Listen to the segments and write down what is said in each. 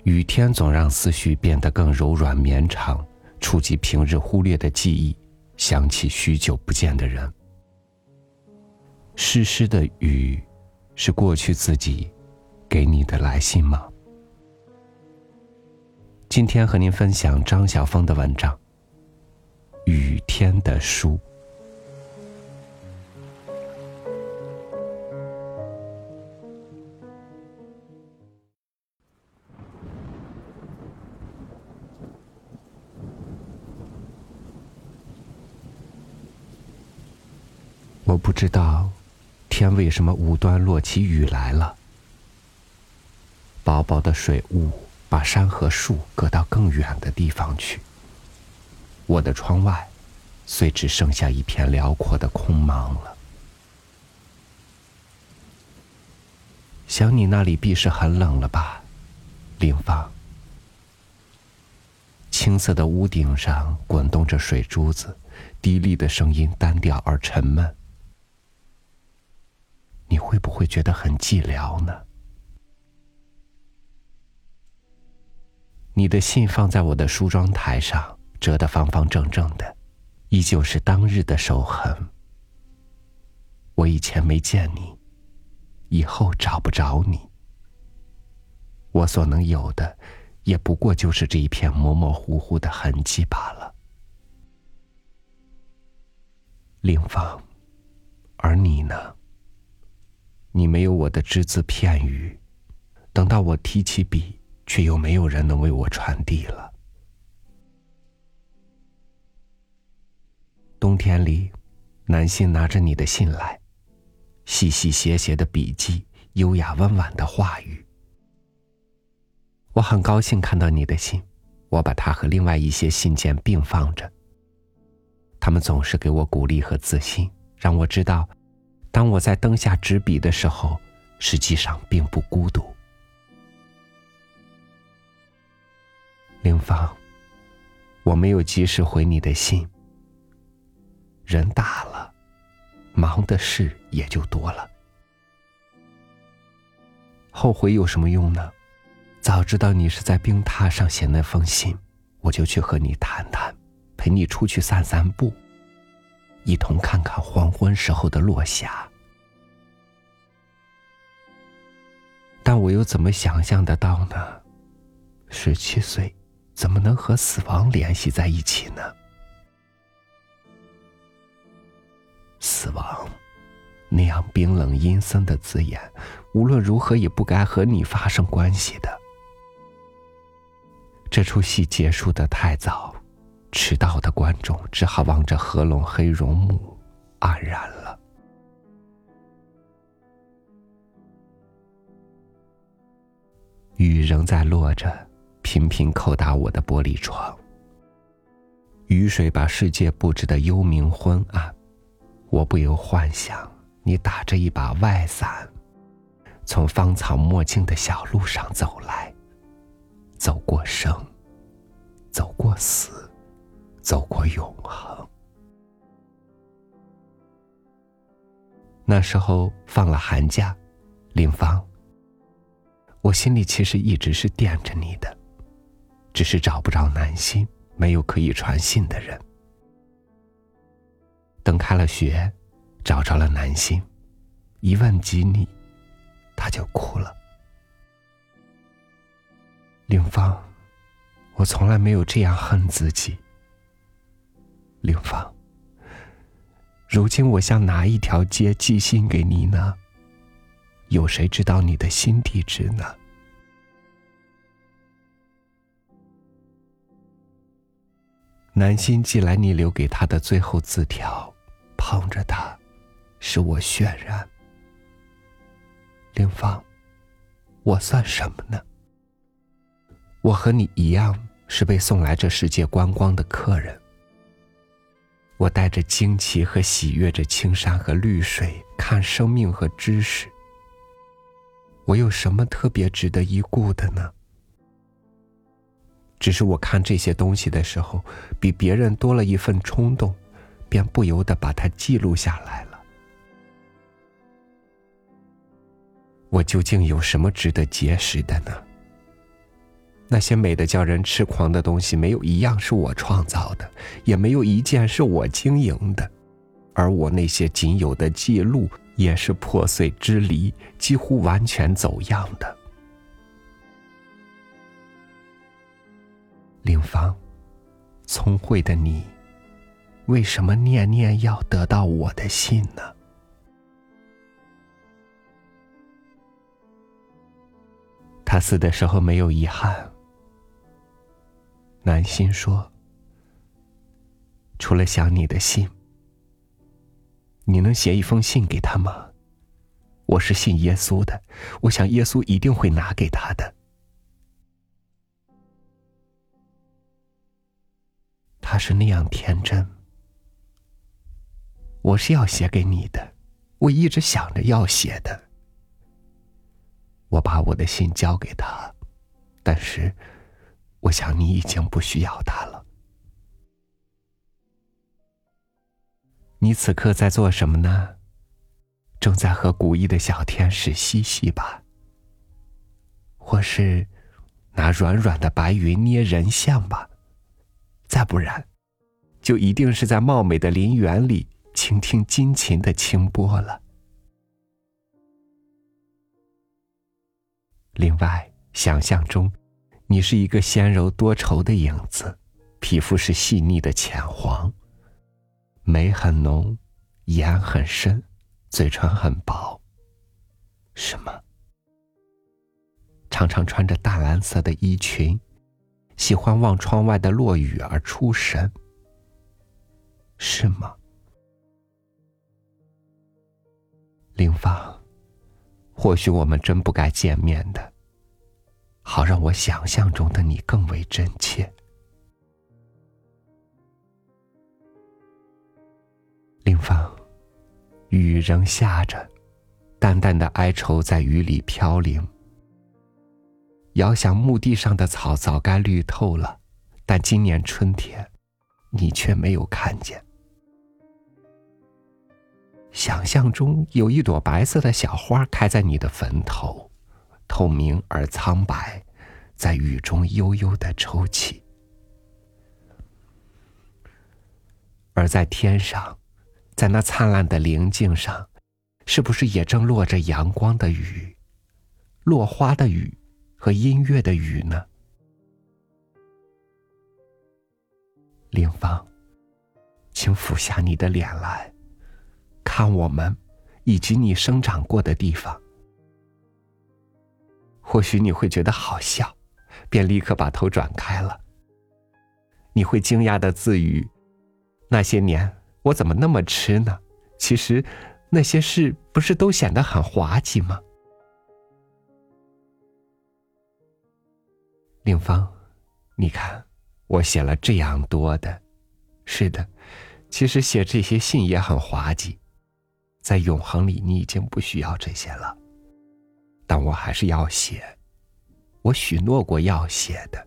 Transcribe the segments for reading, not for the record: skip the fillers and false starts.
雨天总让思绪变得更柔软绵长，触及平日忽略的记忆，想起许久不见的人。湿湿的雨，是过去自己给你的来信吗？今天和您分享张晓峰的文章《雨天的书》。我不知道天为什么无端落起雨来了。薄薄的水雾把山和树隔到更远的地方去，我的窗外虽只剩下一片辽阔的空茫了。想你那里必是很冷了吧，林芳？青色的屋顶上滚动着水珠子，滴沥的声音单调而沉闷。你会不会觉得很寂寥呢？你的信放在我的梳妆台上，折得方方正正的，依旧是当日的手痕。我以前没见你，以后找不着你。我所能有的，也不过就是这一片模模糊糊的痕迹罢了。林芳，而你呢？你没有我的只字片语，等到我提起笔，却又没有人能为我传递了。冬天里，南信拿着你的信来，细细斜斜的笔迹，优雅温婉的话语。我很高兴看到你的信，我把它和另外一些信件并放着。他们总是给我鼓励和自信，让我知道当我在灯下执笔的时候，实际上并不孤独。林芳，我没有及时回你的信。人大了，忙的事也就多了。后悔有什么用呢？早知道你是在冰榻上写那封信，我就去和你谈谈，陪你出去散散步，一同看看黄昏时候的落霞。但我又怎么想象得到呢？17岁怎么能和死亡联系在一起呢？死亡，那样冰冷阴森的字眼，无论如何也不该和你发生关系的。这出戏结束得太早，迟到的观众只好望着合拢黑绒幕黯然了。雨仍在落着，频频叩打我的玻璃窗。雨水把世界布置得幽冥昏暗，我不由幻想你打着一把外伞，从芳草墨径的小路上走来，走过生，走过死，走过永恒。那时候放了寒假，林芳，我心里其实一直是惦着你的，只是找不着南信，没有可以传信的人。等开了学，找着了南信，一问及你，他就哭了。林芳，我从来没有这样恨自己。林芳，如今我向哪一条街寄信给你呢？有谁知道你的新地址呢？南信寄来你留给他的最后字条，碰着它，使我渲染。林芳，我算什么呢？我和你一样，是被送来这世界观光的客人。我带着惊奇和喜悦着青山和绿水，看生命和知识。我有什么特别值得一顾的呢？只是我看这些东西的时候，比别人多了一份冲动，便不由得把它记录下来了。我究竟有什么值得结识的呢？ 那些美得叫人痴狂的东西，没有一样是我创造的，也没有一件是我经营的，而我那些仅有的记录也是破碎支离，几乎完全走样的。凌芳，聪慧的你，为什么念念要得到我的信呢？他死的时候没有遗憾。南心说，除了想你的信，你能写一封信给他吗？我是信耶稣的，我想耶稣一定会拿给他的。他是那样天真。我是要写给你的，我一直想着要写的。我把我的信交给他，但是我想你已经不需要他了。你此刻在做什么呢？正在和古意的小天使嬉戏吧？或是拿软软的白云捏人像吧？再不然，就一定是在茂美的林园里倾听金琴的清波了。另外，想象中你是一个纤柔多愁的影子，皮肤是细腻的浅黄，眉很浓，眼很深，嘴唇很薄。是吗？常常穿着淡蓝色的衣裙，喜欢望窗外的落雨而出神。是吗？凌芳，或许我们真不该见面的，好让我想象中的你更为真切。凌芳，雨仍下着，淡淡的哀愁在雨里飘零。遥想墓地上的草早该绿透了，但今年春天，你却没有看见。想象中有一朵白色的小花开在你的坟头，透明而苍白，在雨中悠悠地抽泣。而在天上，在那灿烂的灵境上，是不是也正落着阳光的雨，落花的雨和音乐的雨呢？凌芳，请俯下你的脸来，看我们以及你生长过的地方。或许你会觉得好笑，便立刻把头转开了。你会惊讶地自语，那些年我怎么那么痴呢？其实那些事不是都显得很滑稽吗？凌芳，你看，我写了这样多的。是的，其实写这些信也很滑稽。在永恒里，你已经不需要这些了，但我还是要写，我许诺过要写的。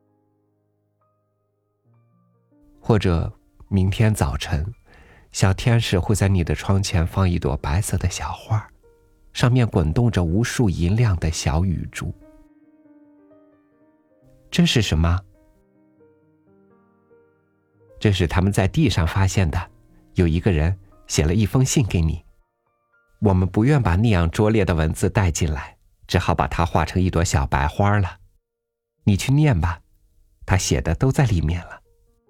或者明天早晨，小天使会在你的窗前放一朵白色的小花，上面滚动着无数银亮的小雨珠。这是什么？这是他们在地上发现的，有一个人写了一封信给你。我们不愿把那样拙劣的文字带进来，只好把它画成一朵小白花了。你去念吧，他写的都在里面了。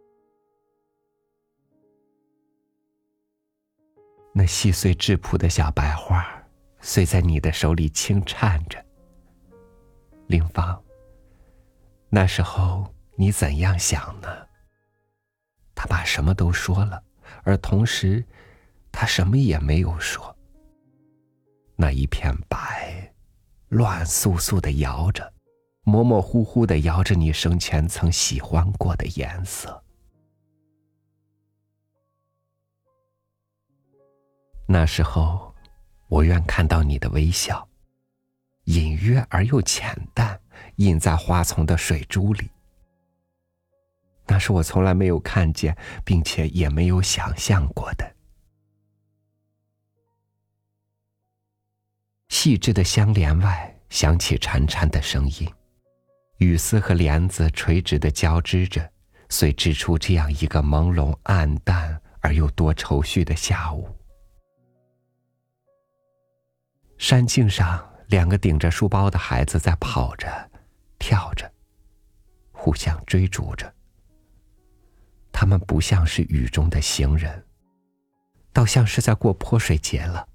那细碎质朴的小白花，遂在你的手里轻颤着。凌芳，那时候你怎样想呢？他把什么都说了，而同时他什么也没有说。那一片白，乱簌簌地摇着，模模糊糊地摇着你生前曾喜欢过的颜色。那时候，我愿看到你的微笑，隐约而又浅淡，印在花丛的水珠里。那是我从来没有看见，并且也没有想象过的。细致的香帘外响起潺潺的声音， 雨丝和帘子垂直地交织着，遂织出这样一个朦胧暗淡而又多愁绪的下午。山径上2个顶着书包的孩子在跑着跳着，互相追逐着。他们不像是雨中的行人，倒像是在过泼水节了。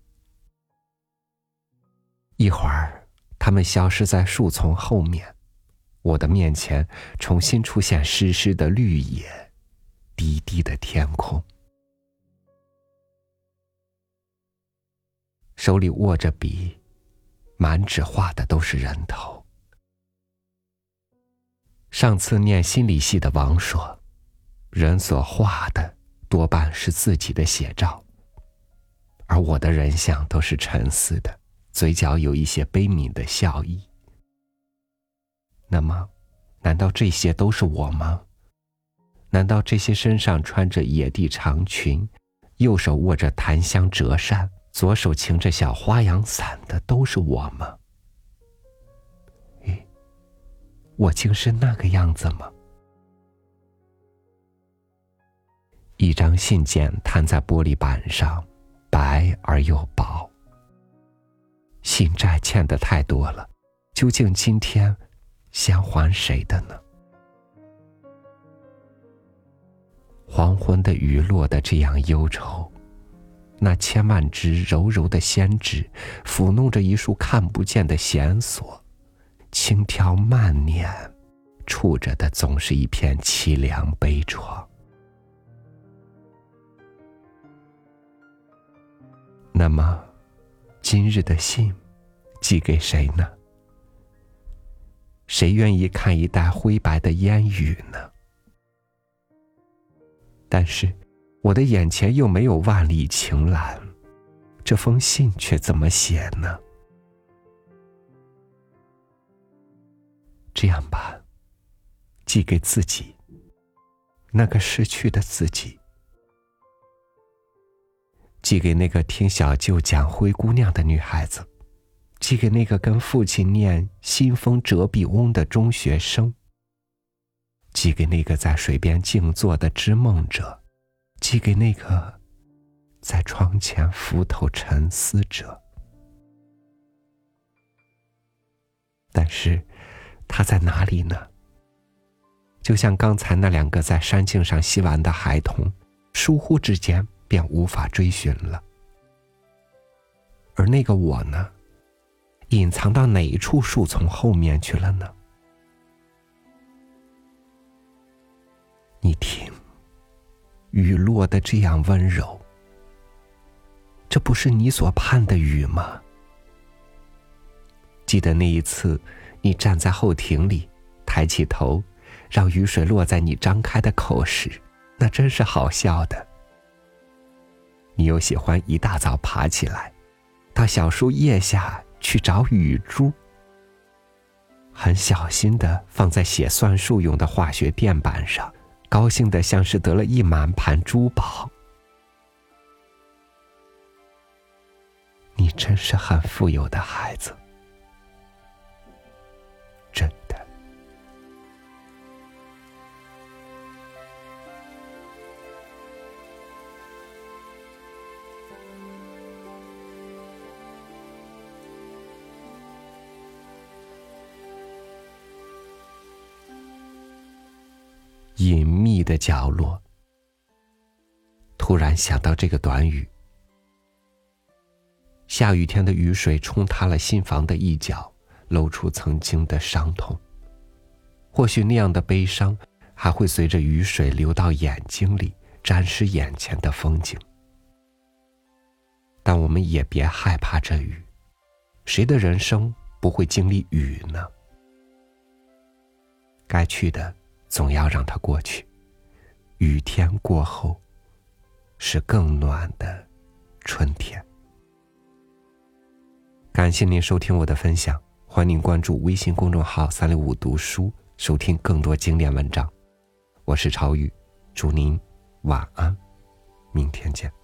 一会儿他们消失在树丛后面，我的面前重新出现湿湿的绿野，低低的天空。手里握着笔，满纸画的都是人头。上次念心理系的王说，人所画的多半是自己的写照，而我的人像都是沉思的，嘴角有一些悲悯的笑意。那么，难道这些都是我吗？难道这些身上穿着野地长裙，右手握着檀香折扇，左手擎着小花阳伞的都是我吗？我竟是那个样子吗？一张信件摊在玻璃板上，白而又薄。信债欠得太多了，究竟今天先还谁的呢？黄昏的雨落得这样忧愁，那千万只柔柔的纤指抚弄着一束看不见的弦索，轻挑慢捻，触着的总是一片凄凉悲怆。那么，今日的信寄给谁呢？谁愿意看一袋灰白的烟雨呢？但是，我的眼前又没有万里晴岚，这封信却怎么写呢？这样吧，寄给自己，那个逝去的自己。寄给那个听小舅讲灰姑娘的女孩子，寄给那个跟父亲念新丰折壁翁的中学生，寄给那个在水边静坐的织梦者，寄给那个在窗前伏头沉思者。但是他在哪里呢？就像刚才那2个在山径上嬉玩的孩童，疏忽之间便无法追寻了。而那个我呢，隐藏到哪一处树丛后面去了呢？你听，雨落得这样温柔，这不是你所盼的雨吗？记得那一次，你站在后庭里，抬起头，让雨水落在你张开的口时，那真是好笑的。你又喜欢一大早爬起来，到小树叶下去找雨珠，很小心地放在写算术用的化学垫板上，高兴得像是得了一满盘珠宝。你真是很富有的孩子，真的。隐秘的角落，突然想到这个短语。下雨天的雨水冲塌了心房的一角，露出曾经的伤痛。或许那样的悲伤还会随着雨水流到眼睛里，沾湿眼前的风景。但我们也别害怕这雨，谁的人生不会经历雨呢？该去的总要让它过去，雨天过后是更暖的春天。感谢您收听我的分享，欢迎关注微信公众号365读书，收听更多经典文章。我是超宇，祝您晚安，明天见。